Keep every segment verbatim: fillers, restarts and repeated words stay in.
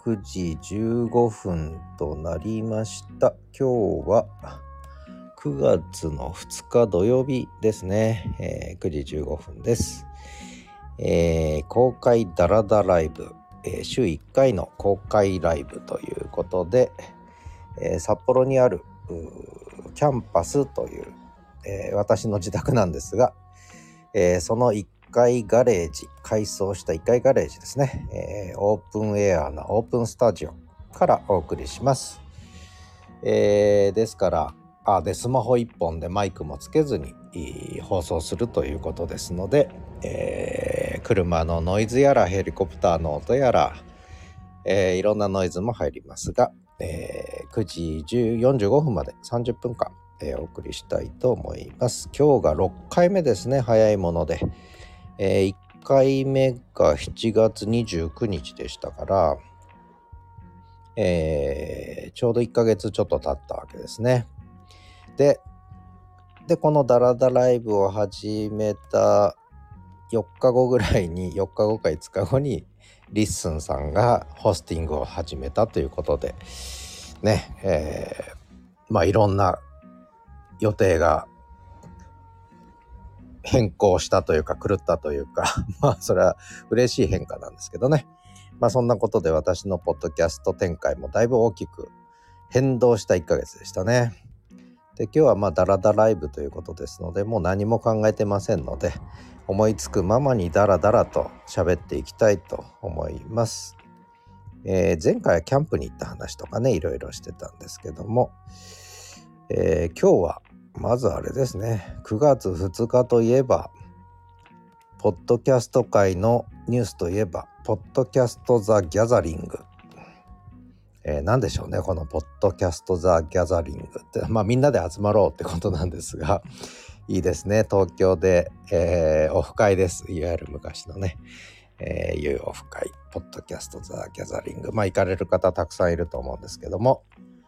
くじじゅうごふんとなりました。今日はくがつのふつか土曜日ですね、えー、くじじゅうごふんです。えー、公開ダラダライブ、えー、週いっかいの公開ライブということで、えー、札幌にあるキャンパスという、えー、私の自宅なんですが、えー、そのいっかいガレージ、改装したいっかいガレージですね、えー、オープンエアなオープンスタジオからお送りします。えー、ですからあでスマホいっぽんでマイクもつけずに放送するということですので、えー、車のノイズやらヘリコプターの音やら、えー、いろんなノイズも入りますが、えー、くじよんじゅうごふんまでさんじゅっぷんかん、えー、お送りしたいと思います。今日がろっかいめですね、早いもので、えー、いっかいめがしちがつにじゅうくにちでしたから、えー、ちょうどいっかげつちょっと経ったわけですね。で、でこのダラダライブを始めたよっかごぐらいに、よっかごかいつかごにリッスンさんがホスティングを始めたということでね、えー、まあいろんな予定が変更したというか狂ったというかまあそれは嬉しい変化なんですけどね。まあそんなことで私のポッドキャスト展開もだいぶ大きく変動したいっかげつでしたね。で今日はまあダラダライブということですので、もう何も考えてませんので、思いつくままにダラダラと喋っていきたいと思います。えー、前回はキャンプに行った話とかね、いろいろしてたんですけども、えー、今日はまずあれですね、くがつふつかといえばポッドキャスト界のニュースといえばポッドキャストザギャザリング、えー、何でしょうね、このポッドキャストザギャザリングって、まあみんなで集まろうってことなんですが、いいですね、東京で、えー、オフ会です。いわゆる昔のね、えー、いうオフ会、ポッドキャストザギャザリング、まあ行かれる方たくさんいると思うんですけども、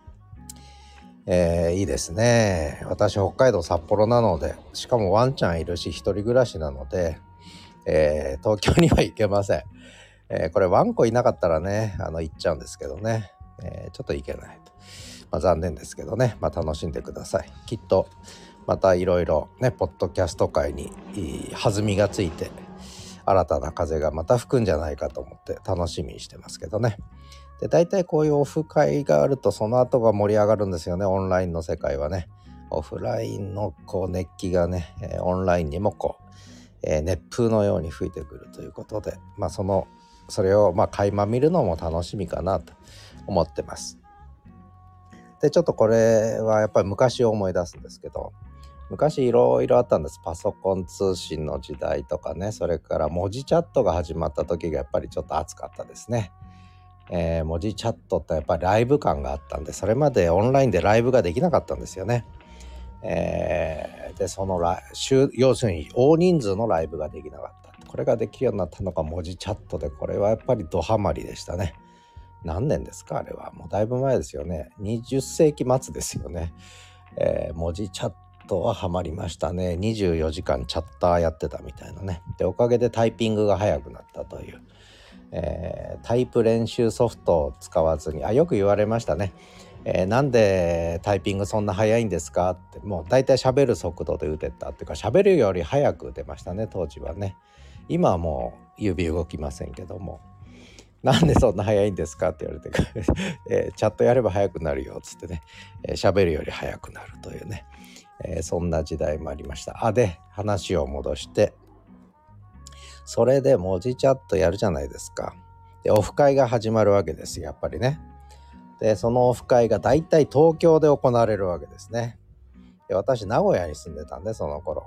えー、いいですね。私北海道札幌なので、しかもワンちゃんいるし一人暮らしなので、えー、東京には行けません。えー、これワンコいなかったらね、あの行っちゃうんですけどね、えー、ちょっと行けないと、まあ、残念ですけどね、まあ、楽しんでください。きっとまたいろいろね、ポッドキャスト界に弾みがついて新たな風がまた吹くんじゃないかと思って楽しみにしてますけどね。で大体こういうオフ会があるとその後が盛り上がるんですよね。オンラインの世界はね、オフラインのこう熱気がね、えー、オンラインにもこう、えー、熱風のように吹いてくるということで、まあそのそれをまあ垣間見るのも楽しみかなと思ってます。でちょっとこれはやっぱり昔を思い出すんですけど、昔いろいろあったんです。パソコン通信の時代とかね、それから文字チャットが始まった時がやっぱりちょっと熱かったですね。えー、文字チャットってやっぱりライブ感があったんで、それまでオンラインでライブができなかったんですよね。えー、でそのラ要するに大人数のライブができなかった。これができるようになったのが文字チャットで、これはやっぱりドハマりでしたね。何年ですかあれは。もうだいぶ前ですよね。にじゅっせいき末ですよね。えー、文字チャットはハマりましたね。にじゅうよじかんチャッターやってたみたいなね。でおかげでタイピングが早くなったという、えー、タイプ練習ソフトを使わずに、あよく言われましたね。えー、なんでタイピングそんな早いんですかって。もうだいたい喋る速度で打てたっていうか、喋るより早く打てましたね、当時はね。今はもう指動きませんけども、なんでそんな早いんですかって言われて、えー、チャットやれば早くなるよっつってね、えー、喋るより早くなるというね、えー、そんな時代もありました。あで話を戻して、それで文字チャットやるじゃないですか。でオフ会が始まるわけですよ、やっぱりね。でそのオフ会がだいたい東京で行われるわけですね。で私名古屋に住んでたんで、その頃、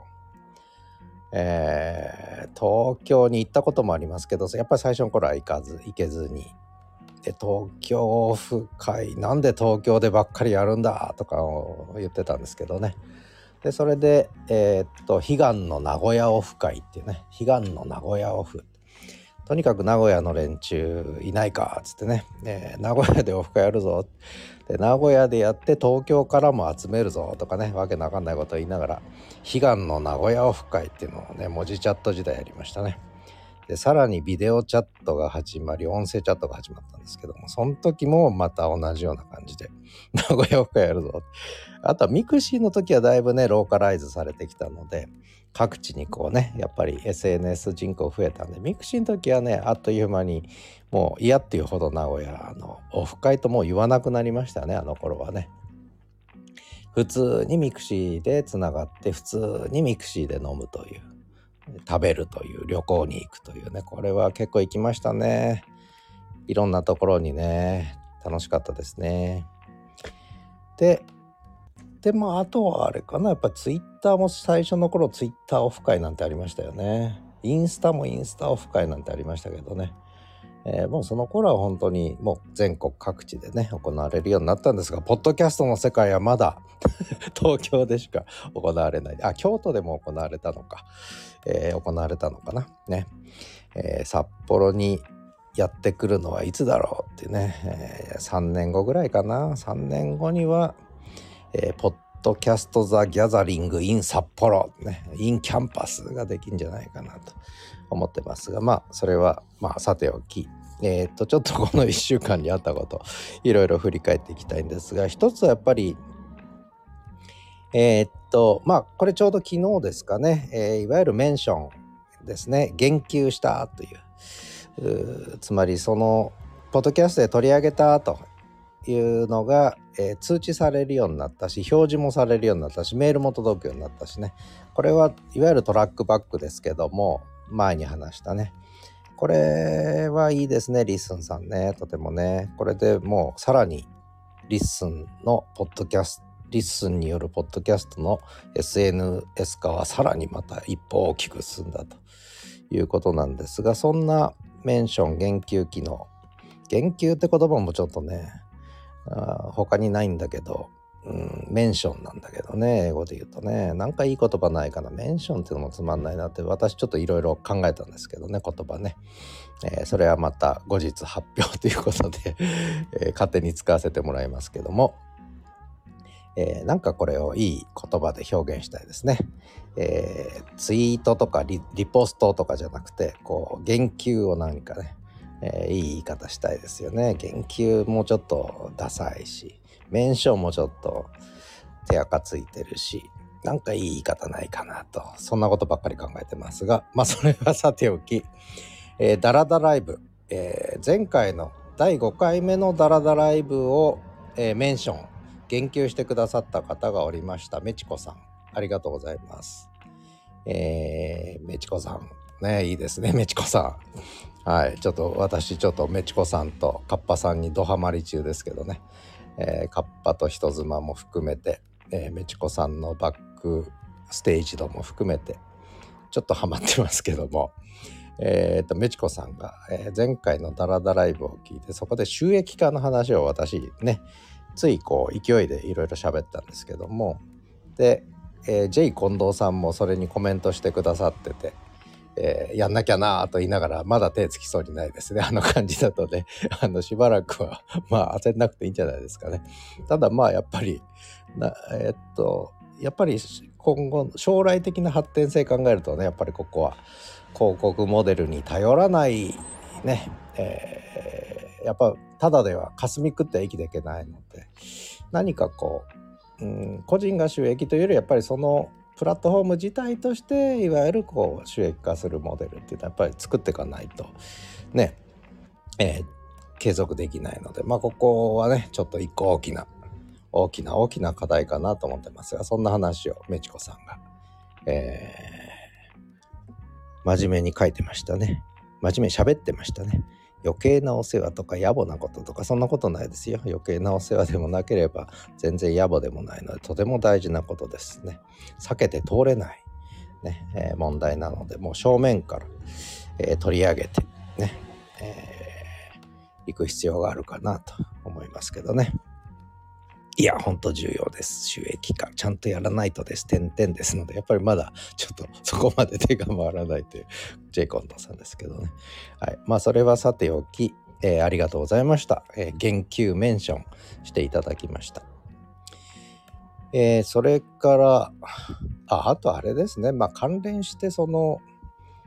えー、東京に行ったこともありますけど、やっぱり最初の頃は行かず行けずに、で東京オフ会なんで東京でばっかりやるんだとか言ってたんですけどね。でそれでえー、っと悲願の名古屋オフ会っていうね、悲願の名古屋オフ、とにかく名古屋の連中いないかっつってね、えー、名古屋でオフ会やるぞ、で名古屋でやって東京からも集めるぞとかね、わけのわかんないことを言いながら悲願の名古屋オフ会っていうのをね、文字チャット時代やりましたね。 でさらにビデオチャットが始まり、音声チャットが始まったんですけども、その時もまた同じような感じで名古屋オフ会やるぞ。あとはミクシーの時はだいぶねローカライズされてきたので、各地にこうねやっぱり エスエヌエス 人口増えたんで、ミクシーの時はねあっという間にもう嫌っていうほど名古屋のオフ会ともう言わなくなりましたね。あの頃はね普通にミクシーでつながって、普通にミクシーで飲むという、食べるという、旅行に行くというね、これは結構行きましたね。いろんなところにね、楽しかったですね。ででまああとはあれかな、やっぱツイッターも最初の頃ツイッターオフ会なんてありましたよね。インスタもインスタオフ会なんてありましたけどね、えー、もうその頃は本当にもう全国各地でね行われるようになったんですが、ポッドキャストの世界はまだ東京でしか行われない。あ、京都でも行われたのか、えー、行われたのかなね、えー、札幌にやってくるのはいつだろうってね、えー、さんねんごぐらいかな。さんねんごには、えー、ポッドキャストザギャザリング in 札幌ね、インキャンパスができんじゃないかなと思ってますが、まあそれはまあさておき、えー、っとちょっとこのいっしゅうかんにあったこといろいろ振り返っていきたいんですが、一つはやっぱりえー、っとまあこれちょうど昨日ですかね、えー、いわゆるメンションですね、言及したという、うつまりそのポッドキャストで取り上げたというのが、えー、通知されるようになったし、表示もされるようになったし、メールも届くようになったしね、これはいわゆるトラックバックですけども、前に話したね、これはいいですね。リッスンさんね、とてもね、これでもうさらにリッスンのポッドキャスト、リッスンによるポッドキャストの エスエヌエス 化はさらにまた一歩大きく進んだということなんですが、そんなメンション言及機能、言及って言葉もちょっとね、あ他にないんだけど、うん、メンションなんだけどね、英語で言うとね、なんかいい言葉ないかな。メンションっていうのもつまんないなって私ちょっといろいろ考えたんですけどね、言葉ね、えー、それはまた後日発表ということで、えー、勝手に使わせてもらいますけども、えー、なんかこれをいい言葉で表現したいですね。えー、ツイートとか リ, リポストとかじゃなくて、こう言及を何かね、えー、いい言い方したいですよね。言及もちょっとダサいし、メンションもちょっと手垢ついてるし、なんかいい言い方ないかなと、そんなことばっかり考えてますが、まあそれはさておき、えー、ダラダライブ、えー、前回のだいごかいめのダラダライブを、えー、メンション言及してくださった方がおりました。メチコさん、ありがとうございます。えー、メチコさんね、いいですね、メチコさん。はい、ちょっと私ちょっとメチコさんとカッパさんにドハマり中ですけどね、えー、カッパと人妻も含めて、えー、メチコさんのバックステージ度も含めてちょっとハマってますけども、えー、とメチコさんが、えー、前回のダラダライブを聞いて、そこで収益化の話を私ねついこう勢いでいろいろ喋ったんですけども、で、えー、J 近藤さんもそれにコメントしてくださってて、えー、やんなきゃなと言いながらまだ手つきそうにないですね。あの感じだとね、あのしばらくはまあ焦んなくていいんじゃないですかね。ただまあやっぱりなえー、っとやっぱり今後将来的な発展性考えるとね、やっぱりここは広告モデルに頼らないね、えー、やっぱただでは霞食って生きていけないので、何かこう、うん、個人が収益というよりやっぱりそのプラットフォーム自体としていわゆるこう収益化するモデルっていうのはやっぱり作っていかないとね、えー、継続できないので、まあここはねちょっと一個大きな大きな大きな課題かなと思ってますが、そんな話をメチコさんが、えー、真面目に書いてましたね。真面目に喋ってましたね。余計なお世話とか野暮なこととかそんなことないですよ。余計なお世話でもなければ全然野暮でもないので、とても大事なことですね。避けて通れない、ねえー、問題なので、もう正面から、えー、取り上げてね、えー、行く必要があるかなと思いますけどね。いや本当重要です。収益化ちゃんとやらないとです。点々ですので、やっぱりまだちょっとそこまで手が回らないという J コンドさんですけどね。はい、まあそれはさておき、えー、ありがとうございました。えー、言及メンションしていただきました。えー、それからああとあれですね、まあ関連してその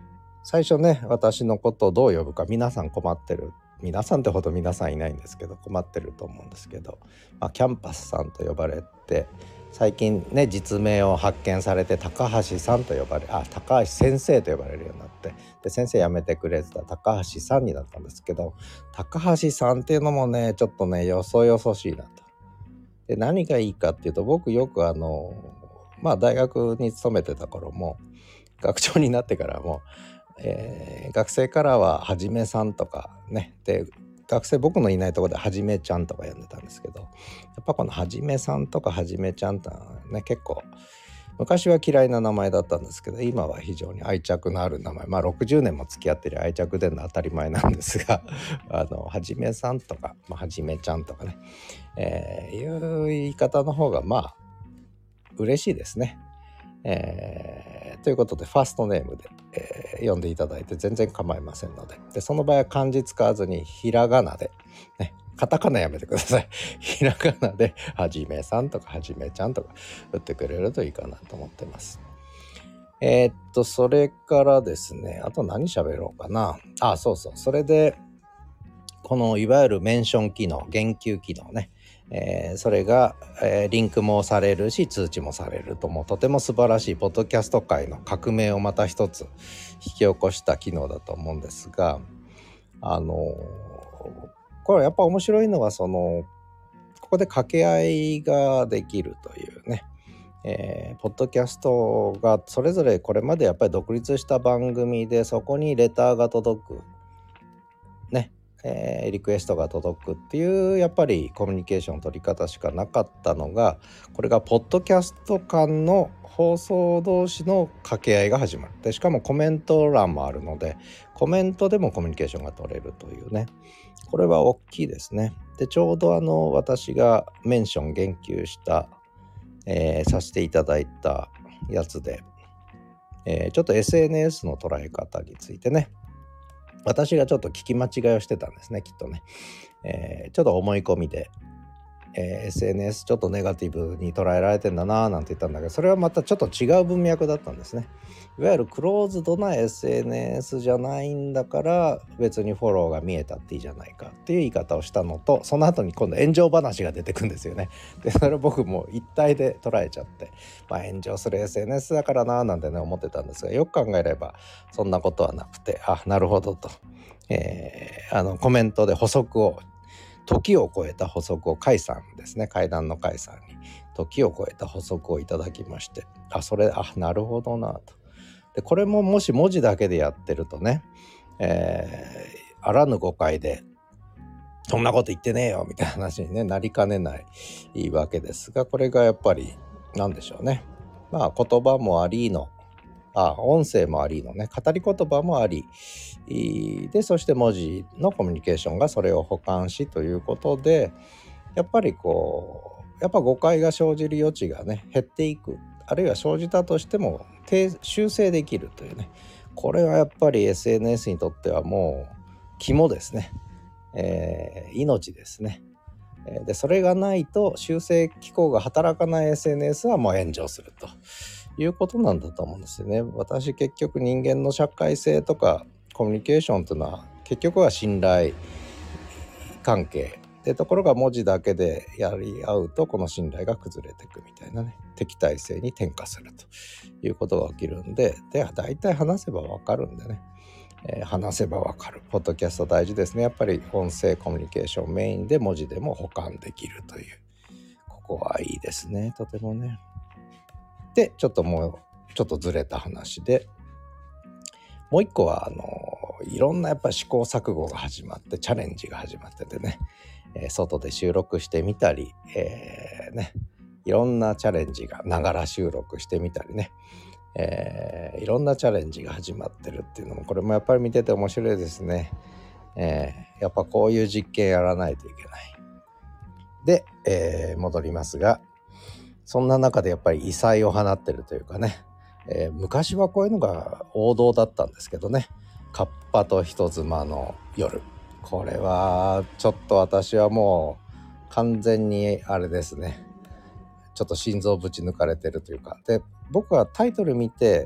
最初ね、私のことをどう呼ぶか皆さん困ってる。皆さんってほど皆さんいないんですけど困ってると思うんですけど、まあ、キャンパスさんと呼ばれて、最近ね実名を発見されて高橋さんと呼ばれあ高橋先生と呼ばれるようになって、で先生辞めてくれてた高橋さんになったんですけど、高橋さんっていうのもねちょっとねよそよそしいなと。で何がいいかっていうと、僕よくあのまあ大学に勤めてた頃も学長になってからも、えー学生からははじめさんとかね、で学生僕のいないところではじめちゃんとか呼んでたんですけど、やっぱこのはじめさんとかはじめちゃんってのはね結構昔は嫌いな名前だったんですけど、今は非常に愛着のある名前、まあろくじゅうねんも付き合ってる愛着での当たり前なんですがあのはじめさんとか、まあ、はじめちゃんとかね、えーいう言い方の方がまあ嬉しいですね。えーということでファーストネームで、えー呼んでいただいて全然構いませんので、でその場合は漢字使わずにひらがなで、ね、カタカナやめてくださいひらがなではじめさんとかはじめちゃんとか打ってくれるといいかなと思ってます。えーっとそれからですね、あと何喋ろうかなあ。そうそう、それでこのいわゆるメンション機能、言及機能ね、えーそれが、えーリンクもされるし通知もされると、もうとても素晴らしいポッドキャスト界の革命をまた一つ引き起こした機能だと思うんですが、あのーこれやっぱ面白いのはそのここで掛け合いができるというね、えーポッドキャストがそれぞれこれまでやっぱり独立した番組で、そこにレターが届くね、えーリクエストが届くっていうやっぱりコミュニケーションの取り方しかなかったのが、これがポッドキャスト間の放送同士の掛け合いが始まる。でしかもコメント欄もあるので、コメントでもコミュニケーションが取れるというね、これは大きいですね。でちょうどあの私がメンション言及した、えーさせていただいたやつで、えーちょっと エスエヌエス の捉え方についてね、私がちょっと聞き間違いをしてたんですね、きっとね。えーちょっと思い込みで、えーエスエヌエス ちょっとネガティブに捉えられてんだなーなんて言ったんだけど、それはまたちょっと違う文脈だったんですね。いわゆるクローズドな エスエヌエス じゃないんだから別にフォローが見えたっていいじゃないかっていう言い方をしたのと、その後に今度炎上話が出てくんですよね。でそれ僕も一体で捉えちゃって、まあ炎上する エスエヌエス だからなーなんてね思ってたんですが、よく考えればそんなことはなくて、あ、なるほどと、えーあのコメントで補足を、時を超えた補足を甲斐さんですね、階段の甲斐さんに時を超えた補足をいただきまして、あ、それ、あ、なるほどなと。でこれももし文字だけでやってるとね、えーあらぬ誤解でそんなこと言ってねえよみたいな話に、ね、なりかねないわけですが、これがやっぱりなんでしょうね、まあ言葉もありの、あ、音声もありのね、語り言葉もありで、そして文字のコミュニケーションがそれを補完しということで、やっぱりこうやっぱ誤解が生じる余地がね減っていく、あるいは生じたとしても修正できるというね、これはやっぱり エスエヌエス にとってはもう肝ですね、えー命ですね。でそれがないと修正機構が働かない エスエヌエス はもう炎上するということなんだと思うんですよね。私結局人間の社会性とかコミュニケーションというのは結局は信頼関係で、ところが文字だけでやり合うとこの信頼が崩れていくみたいなね、敵対性に転化するということが起きるんで、で大体話せばわかるんでね、えー話せばわかるポッドキャスト大事ですね。やっぱり音声コミュニケーションメインで文字でも補完できるという、ここはいいですね、とてもね。でちょっともうちょっとずれた話で、もう一個はあのいろんなやっぱ試行錯誤が始まってチャレンジが始まっててね、えー外で収録してみたり、えーね、いろんなチャレンジがながら収録してみたりね、えーいろんなチャレンジが始まってるっていうのも、これもやっぱり見てて面白いですね。えーやっぱこういう実験やらないといけない。で、えー戻りますが、そんな中でやっぱり異彩を放ってるというかね、えー昔はこういうのが王道だったんですけどね、カッパと人妻の夜、これはちょっと私はもう完全にあれですね、ちょっと心臓ぶち抜かれてるというか、で僕はタイトル見て、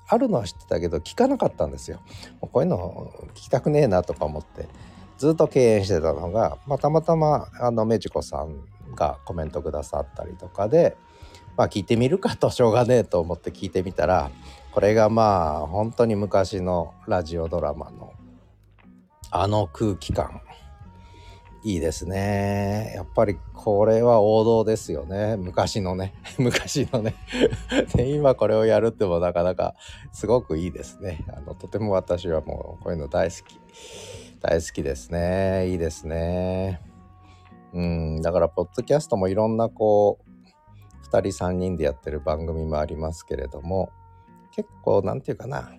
あるのは知ってたけど聞かなかったんですよ。もうこういうの聞きたくねえなとか思ってずっと敬遠してたのが、まあ、たまたまあのメジコさんがコメントくださったりとかで、まあ聞いてみるかとしょうがねえと思って聞いてみたら、これがまあ本当に昔のラジオドラマのあの空気感いいですね。やっぱりこれは王道ですよね。昔のね昔のねで今これをやるってもなかなかすごくいいですね。あのとても私はもうこういうの大好き大好きですね。いいですね。うんだからポッドキャストもいろんなこうふたりさんにんでやってる番組もありますけれども、結構なんていうかな、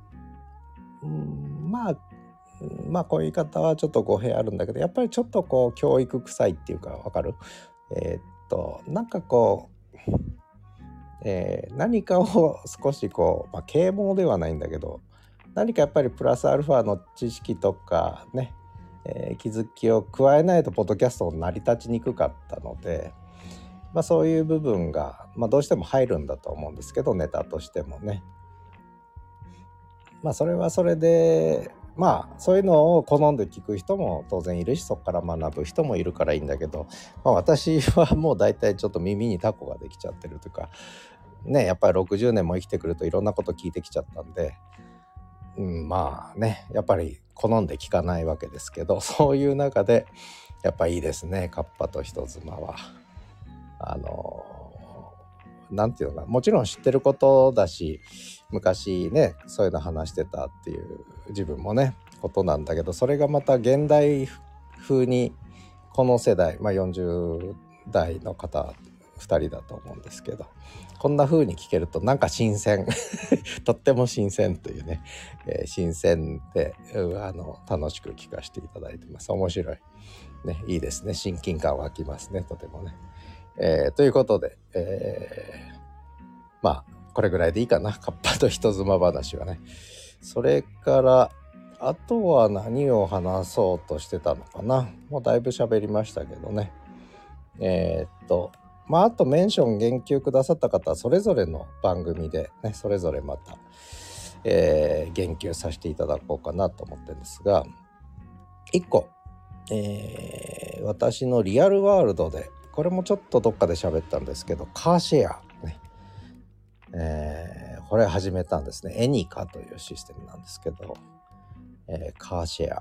うんまあまあこういう言い方はちょっと語弊あるんだけど、やっぱりちょっとこう教育臭いっていうか、わかる？えーっとなんかこう、えー何かを少しこう、まあ、啓蒙ではないんだけど、何かやっぱりプラスアルファの知識とかね、えー気づきを加えないとポッドキャストも成り立ちにくかったので、まあそういう部分が、まあ、どうしても入るんだと思うんですけど、ネタとしてもね。まあそれはそれで、まあそういうのを好んで聞く人も当然いるし、そこから学ぶ人もいるからいいんだけど、まあ、私はもう大体ちょっと耳にタコができちゃってるというかね、やっぱりろくじゅうねんも生きてくるといろんなこと聞いてきちゃったんで、うん、まあねやっぱり好んで聞かないわけですけど、そういう中でやっぱいいですね、カッパと人妻は。あのなんていうのかな、もちろん知ってることだし、昔ねそういうの話してたっていう自分もねことなんだけど、それがまた現代風にこの世代、まあ、よんじゅう代の方ふたりだと思うんですけど、こんな風に聞けるとなんか新鮮とっても新鮮というね、えー新鮮で、うんあの楽しく聞かせていただいてます。面白いね、いいですね、親近感湧きますね、とてもね。えーということで、えーまあこれぐらいでいいかな、カッパと人妻話はね。それからあとは何を話そうとしてたのかな、もうだいぶ喋りましたけどね。えーっとまああとメンション言及くださった方はそれぞれの番組でね、それぞれまた、えー言及させていただこうかなと思ってるんですが、いっこ、えー私のリアルワールドで、これもちょっとどっかで喋ったんですけど、カーシェアね、えーこれ始めたんですね。エニカというシステムなんですけど、えーカーシェア、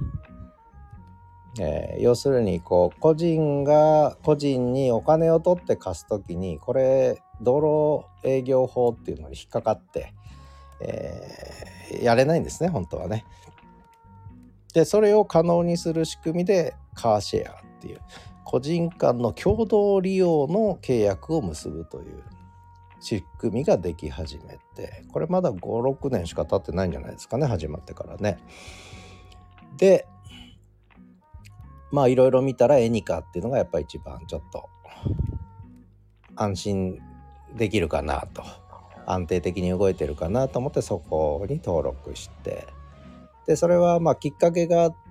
えー要するにこう個人が個人にお金を取って貸すときに、これ道路営業法っていうのに引っかかって、えーやれないんですね、本当はね。でそれを可能にする仕組みでカーシェアっていう個人間の共同利用の契約を結ぶという仕組みができ始めて、これまだご、ろくねんしか経ってないんじゃないですかね、始まってからね。でまあいろいろ見たらエニカっていうのがやっぱり一番ちょっと安心できるかなと、安定的に動いてるかなと思ってそこに登録して、でそれはまあきっかけがあって、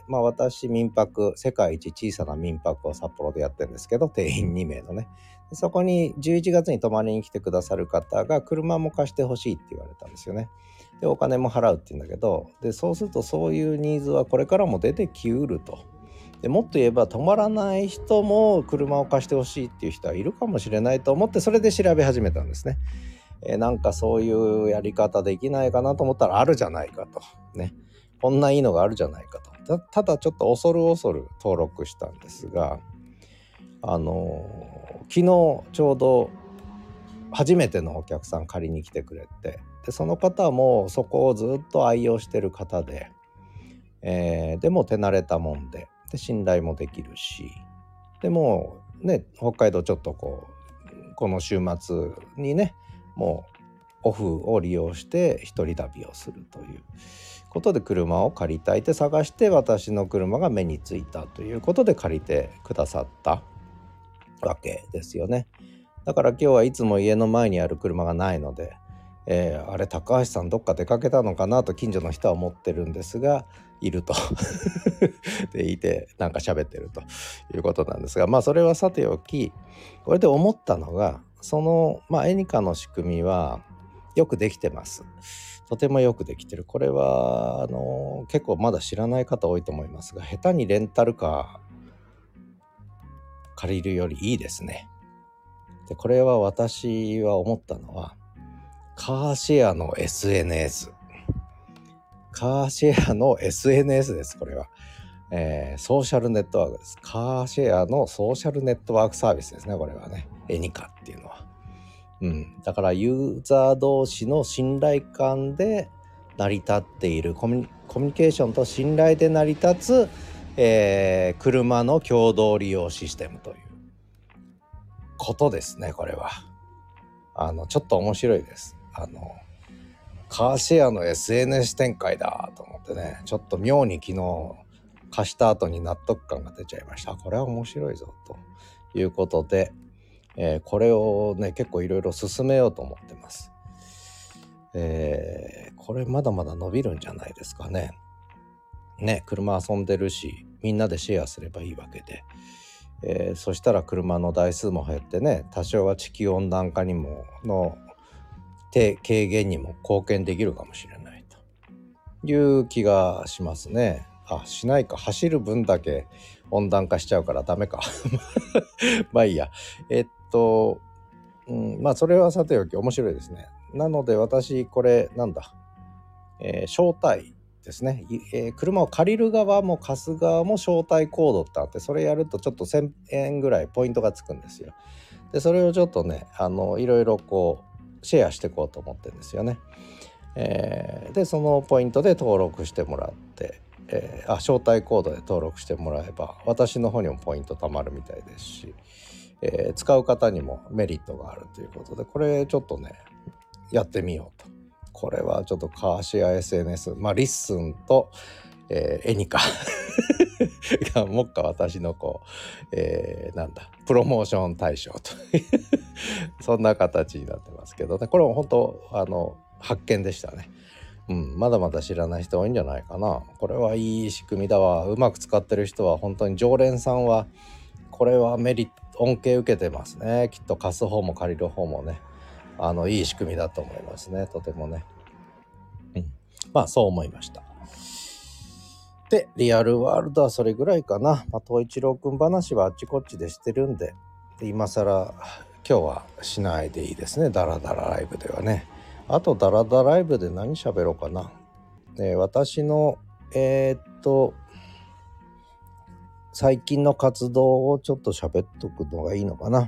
まあ、私民泊世界一小さな民泊を札幌でやってるんですけど、定員にめいのね、そこにじゅういちがつに泊まりに来てくださる方が車も貸してほしいって言われたんですよね。でお金も払うって言うんだけど、でそうするとそういうニーズはこれからも出てきうると。でもっと言えば泊まらない人も車を貸してほしいっていう人はいるかもしれないと思って、それで調べ始めたんですね。えーなんかそういうやり方できないかなと思ったらあるじゃないかとね、こんないいのがあるじゃないかと。 た, ただちょっと恐る恐る登録したんですが、あのー昨日ちょうど初めてのお客さん借りに来てくれて、でその方もそこをずっと愛用してる方で、えーでも手慣れたもんで、で信頼もできるし、でもね北海道ちょっとこうこの週末にねもうオフを利用して一人旅をするということで車を借りたいって探して、私の車が目についたということで借りてくださったわけですよね。だから今日はいつも家の前にある車がないので、えーあれ高橋さんどっか出かけたのかなと近所の人は思ってるんですが、いるとでいてなんか喋ってるということなんですが、まあそれはさておき、これで思ったのが、そのまあエニカの仕組みはよくできてます。とてもよくできてる。これはあの結構まだ知らない方多いと思いますが、下手にレンタルカー借りるよりいいですね。でこれは私は思ったのは、カーシェアの エスエヌエス、 カーシェアの エスエヌエス です。これは、えー、ソーシャルネットワークです。カーシェアのソーシャルネットワークサービスですね。これはね、エニカっていうのは、うん、だからユーザー同士の信頼感で成り立っているコミュニ、コミュニケーションと信頼で成り立つ、えー、車の共同利用システムということですね。これはあのちょっと面白いです。あのカーシェアの エスエヌエス 展開だと思ってね、ちょっと妙に昨日貸した後に納得感が出ちゃいました。これは面白いぞということで、えー、これをね結構いろいろ進めようと思ってます。えー、これまだまだ伸びるんじゃないですかね。ね、車遊んでるし、みんなでシェアすればいいわけで、えー、そしたら車の台数も減ってね、多少は地球温暖化にもの軽減にも貢献できるかもしれないという気がしますね。あ、しないか。走る分だけ温暖化しちゃうからダメか。まあいいや。えっと、うん、まあそれはさておき面白いですね。なので私これなんだ、えー、招待ですね、えー、車を借りる側も貸す側も招待コードってあって、それやるとちょっとせんえんぐらいポイントがつくんですよ。でそれをちょっとね、あのいろいろこうシェアしていこうと思ってるんですよね。えー、でそのポイントで登録してもらって、えー、あ招待コードで登録してもらえば私の方にもポイント貯まるみたいですし、えー、使う方にもメリットがあるということで、これちょっとねやってみようと。これはちょっとカーシェア エスエヌエス、まあリッスンと、えー、エニカがもっか私のこう、えー、なんだプロモーション対象とそんな形になってますけどね。これも本当あの発見でしたね。うん、まだまだ知らない人多いんじゃないかな。これはいい仕組みだわ。うまく使ってる人は本当に常連さんはこれはメリット恩恵受けてますね。きっと貸す方も借りる方もね、あのいい仕組みだと思いますね。とてもね、うん、まあそう思いました。でリアルワールドはそれぐらいかな。まあ、東一郎くん話はあっちこっちでしてるんで、で今更今日はしないでいいですね。ダラダラライブではね。あとダラダラライブで何喋ろうかな。えー、私のえー、っと最近の活動をちょっと喋っとくのがいいのかな。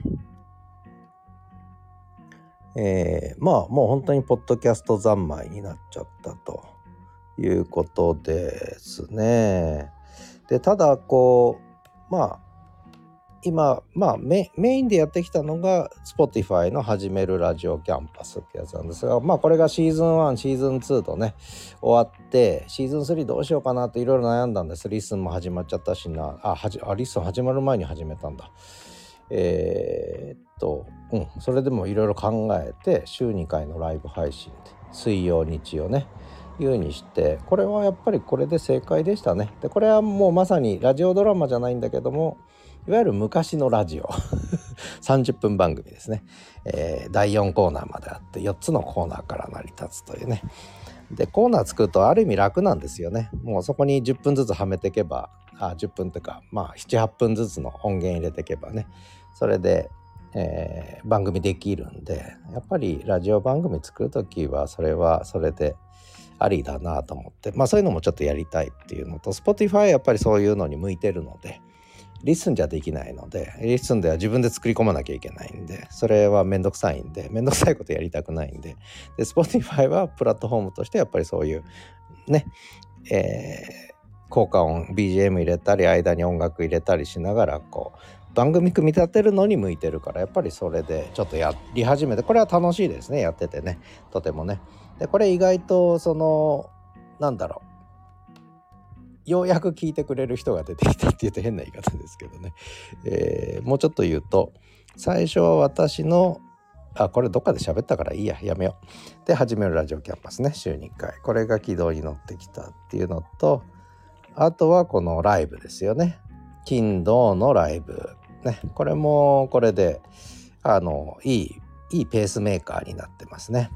えー、まあもう本当にポッドキャスト三昧になっちゃったということですね。でただこうまあ今まあ メ, メインでやってきたのが Spotify の始めるラジオキャンパスってやつなんですが、まあこれがシーズンワンシーズンツーとね終わって、シーズンスリーどうしようかなっていろいろ悩んだんです。リッスンも始まっちゃったしなあはじあリッスン始まる前に始めたんだ。えー、っとうんそれでもいろいろ考えて週にかいのライブ配信で水曜日曜ねいう風にして、これはやっぱりこれで正解でしたね。でこれはもうまさにラジオドラマじゃないんだけども、いわゆる昔のラジオさんじゅっぷん番組ですね、えー、だいよんコーナーまであってよっつのコーナーから成り立つというね。でコーナー作るとある意味楽なんですよね。もうそこにじゅっぷんずつはめていけば、あじゅっぷんというかまあななはっぷんずつの音源入れていけばね、それで、えー、番組できるんで、やっぱりラジオ番組作るときはそれはそれでありだなと思って、まあそういうのもちょっとやりたいっていうのと、 Spotify はやっぱりそういうのに向いてるので、リッスンじゃできないので、リッスンでは自分で作り込まなきゃいけないんで、それはめんどくさいんで、めんどくさいことやりたくないんで、で Spotify はプラットフォームとしてやっぱりそういうね、えー、効果音 ビージーエム 入れたり間に音楽入れたりしながらこう番組組み立てるのに向いてるから、やっぱりそれでちょっとやり始めて、これは楽しいですね、やっててね、とてもね。でこれ意外とそのなんだろう、ようやく聞いてくれる人が出てきたって言うと変な言い方ですけどね、えー、もうちょっと言うと、最初は私のあこれどっかで喋ったからいいややめよう。で始めるラジオキャンパスね、週にいっかい、これが軌道に乗ってきたっていうのと、あとはこのライブですよね。金土のライブね、これもこれであのいいいいペースメーカーになってますね。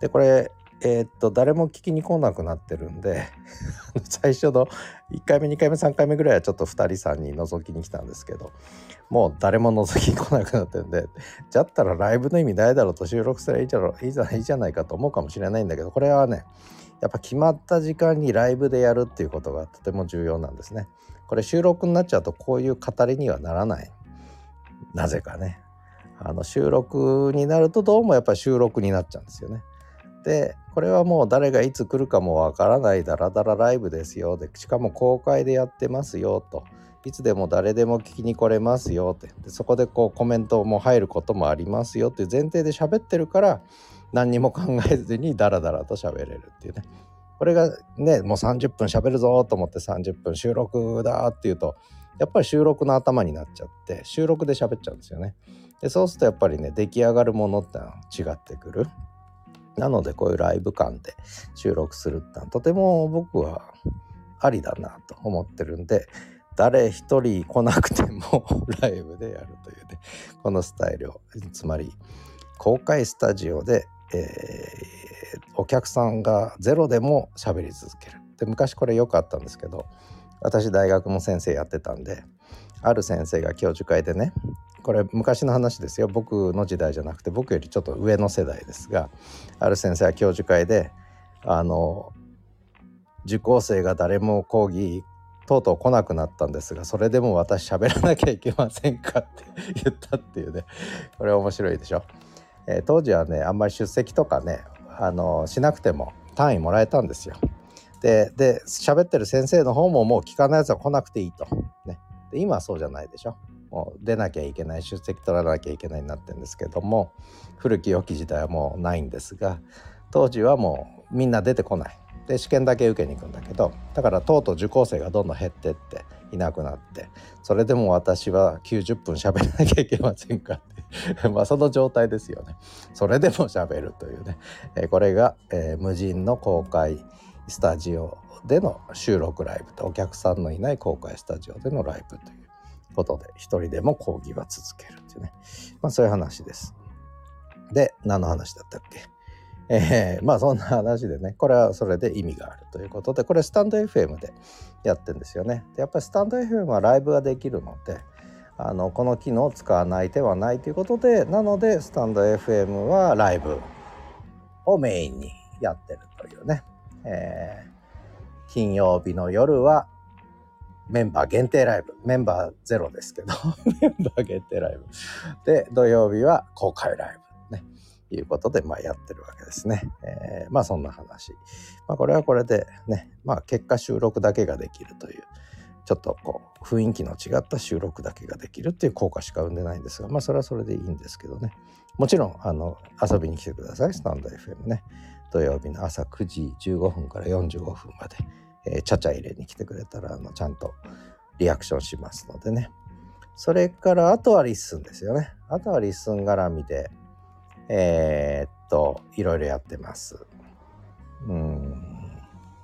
でこれえー、っと誰も聞きに来なくなってるんで最初のいっかいめにかいめさんかいめぐらいはちょっとふたりさんに覗きに来たんですけど、もう誰も覗きに来なくなってるんで、じゃったらライブの意味ないだろうと、収録すればいいじゃろいいじゃいいじゃないかと思うかもしれないんだけど、これはねやっぱ決まった時間にライブでやるっていうことがとても重要なんですね。これ収録になっちゃうとこういう語りにはならない。なぜかね、あの収録になるとどうもやっぱり収録になっちゃうんですよね。でこれはもう誰がいつ来るかもわからないダラダラライブですよ、でしかも公開でやってますよと、いつでも誰でも聞きに来れますよって、でそこでこうコメントも入ることもありますよっていう前提で喋ってるから、何にも考えずにダラダラと喋れるっていうね。これがねもうさんじゅっぷん喋るぞと思ってさんじゅっぷん収録だっていうと、やっぱり収録の頭になっちゃって収録で喋っちゃうんですよね。でそうするとやっぱりね出来上がるものってのは違ってくる。なのでこういうライブ感で収録するってのはとても僕はありだなと思ってるんで、誰一人来なくてもライブでやるというね、このスタイルを、つまり公開スタジオで、えー、お客さんがゼロでも喋り続ける。で昔これよくあったんですけど、私大学も先生やってたんで、ある先生が教授会でね、これ昔の話ですよ、僕の時代じゃなくて僕よりちょっと上の世代ですが、ある先生は教授会であの受講生が誰も講義とうとう来なくなったんですが、それでも私喋らなきゃいけませんかって言ったっていうね、これ面白いでしょ。えー、当時はねあんまり出席とかねあのしなくても単位もらえたんですよ。でで喋ってる先生の方ももう聞かないやつは来なくていいとね。で今はそうじゃないでしょ。もう出なきゃいけない、出席取らなきゃいけないになってるんですけども、古き良き時代はもうないんですが、当時はもうみんな出てこない。で試験だけ受けに行くんだけど、だからとうとう受講生がどんどん減ってっていなくなって、それでも私はきゅうじゅっぷん喋らなきゃいけませんかってまあその状態ですよね。それでも喋るというね、えー、これが、えー、無人の公開スタジオでの収録ライブと、お客さんのいない公開スタジオでのライブということで、一人でも講義は続けるっていうね、まあそういう話です。で何の話だったっけ。えー、まあそんな話でね、これはそれで意味があるということで、これスタンド エフエム でやってるんですよね。でやっぱりスタンド エフエム はライブができるので、あのこの機能を使わない手はないということで、なのでスタンド エフエム はライブをメインにやってるというね、えー、金曜日の夜はメンバー限定ライブ、メンバーゼロですけどメンバー限定ライブで、土曜日は公開ライブねいうことで、まあやってるわけですね。えー、まあそんな話、まあこれはこれでね、まあ結果収録だけができるという、ちょっとこう雰囲気の違った収録だけができるっていう効果しか生んでないんですが、まあそれはそれでいいんですけどね。もちろんあの遊びに来てください、スタンド エフエム ね。土曜日の朝くじじゅうごふんからよんじゅうごふんまで、えー、ちゃちゃ入れに来てくれたらあのちゃんとリアクションしますのでね。それからあとはリッスンですよね。あとはリッスン絡みでえー、っといろいろやってます。うーん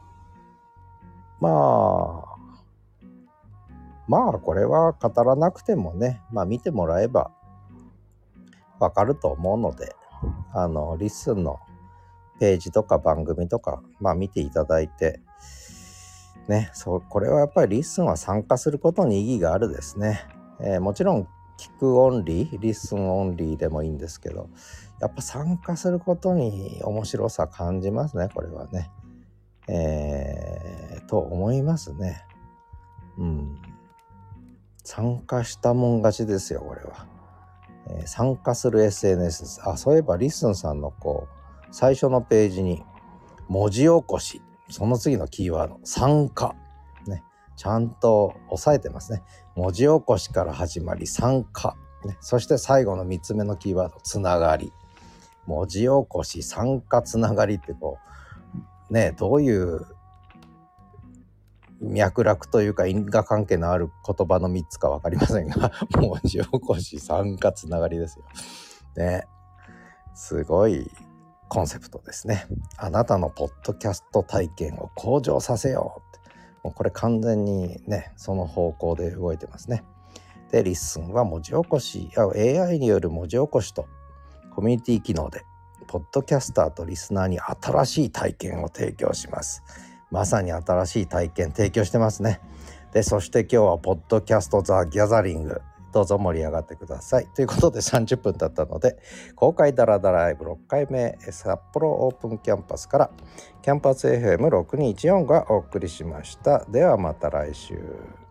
まあまあこれは語らなくてもね、まあ見てもらえばわかると思うので、あのリッスンのページとか番組とか、まあ見ていただいてね、そうこれはやっぱりリッスンは参加することに意義があるですね。えー、もちろん聞くオンリー、リッスンオンリーでもいいんですけど、やっぱ参加することに面白さ感じますね、これはね。えー、と思いますね。うん。参加したもん勝ちですよ、これは。えー、参加する エスエヌエス です。あ、そういえばリッスンさんのこう最初のページに文字起こし、その次のキーワード参加ね、ちゃんと押さえてますね。文字起こしから始まり参加、ね、そして最後のみっつめのキーワードつながり。文字起こし、参加、つながりってこうね、どういう脈絡というか因果関係のある言葉のみっつか分かりませんが文字起こし、参加、つながりですよね。すごいコンセプトですね。あなたのポッドキャスト体験を向上させようって、もうこれ完全にねその方向で動いてますね。でリッスンは文字起こし、エーアイ による文字起こしとコミュニティ機能でポッドキャスターとリスナーに新しい体験を提供します。まさに新しい体験提供してますね。で、そして今日はポッドキャストザ・ギャザリング、どうぞ盛り上がってくださいということでさんじゅっぷん経ったので、公開ダラダラライブろっかいめ札幌オープンキャンパスからキャンパス エフエムろくにいちよん がお送りしました。ではまた来週。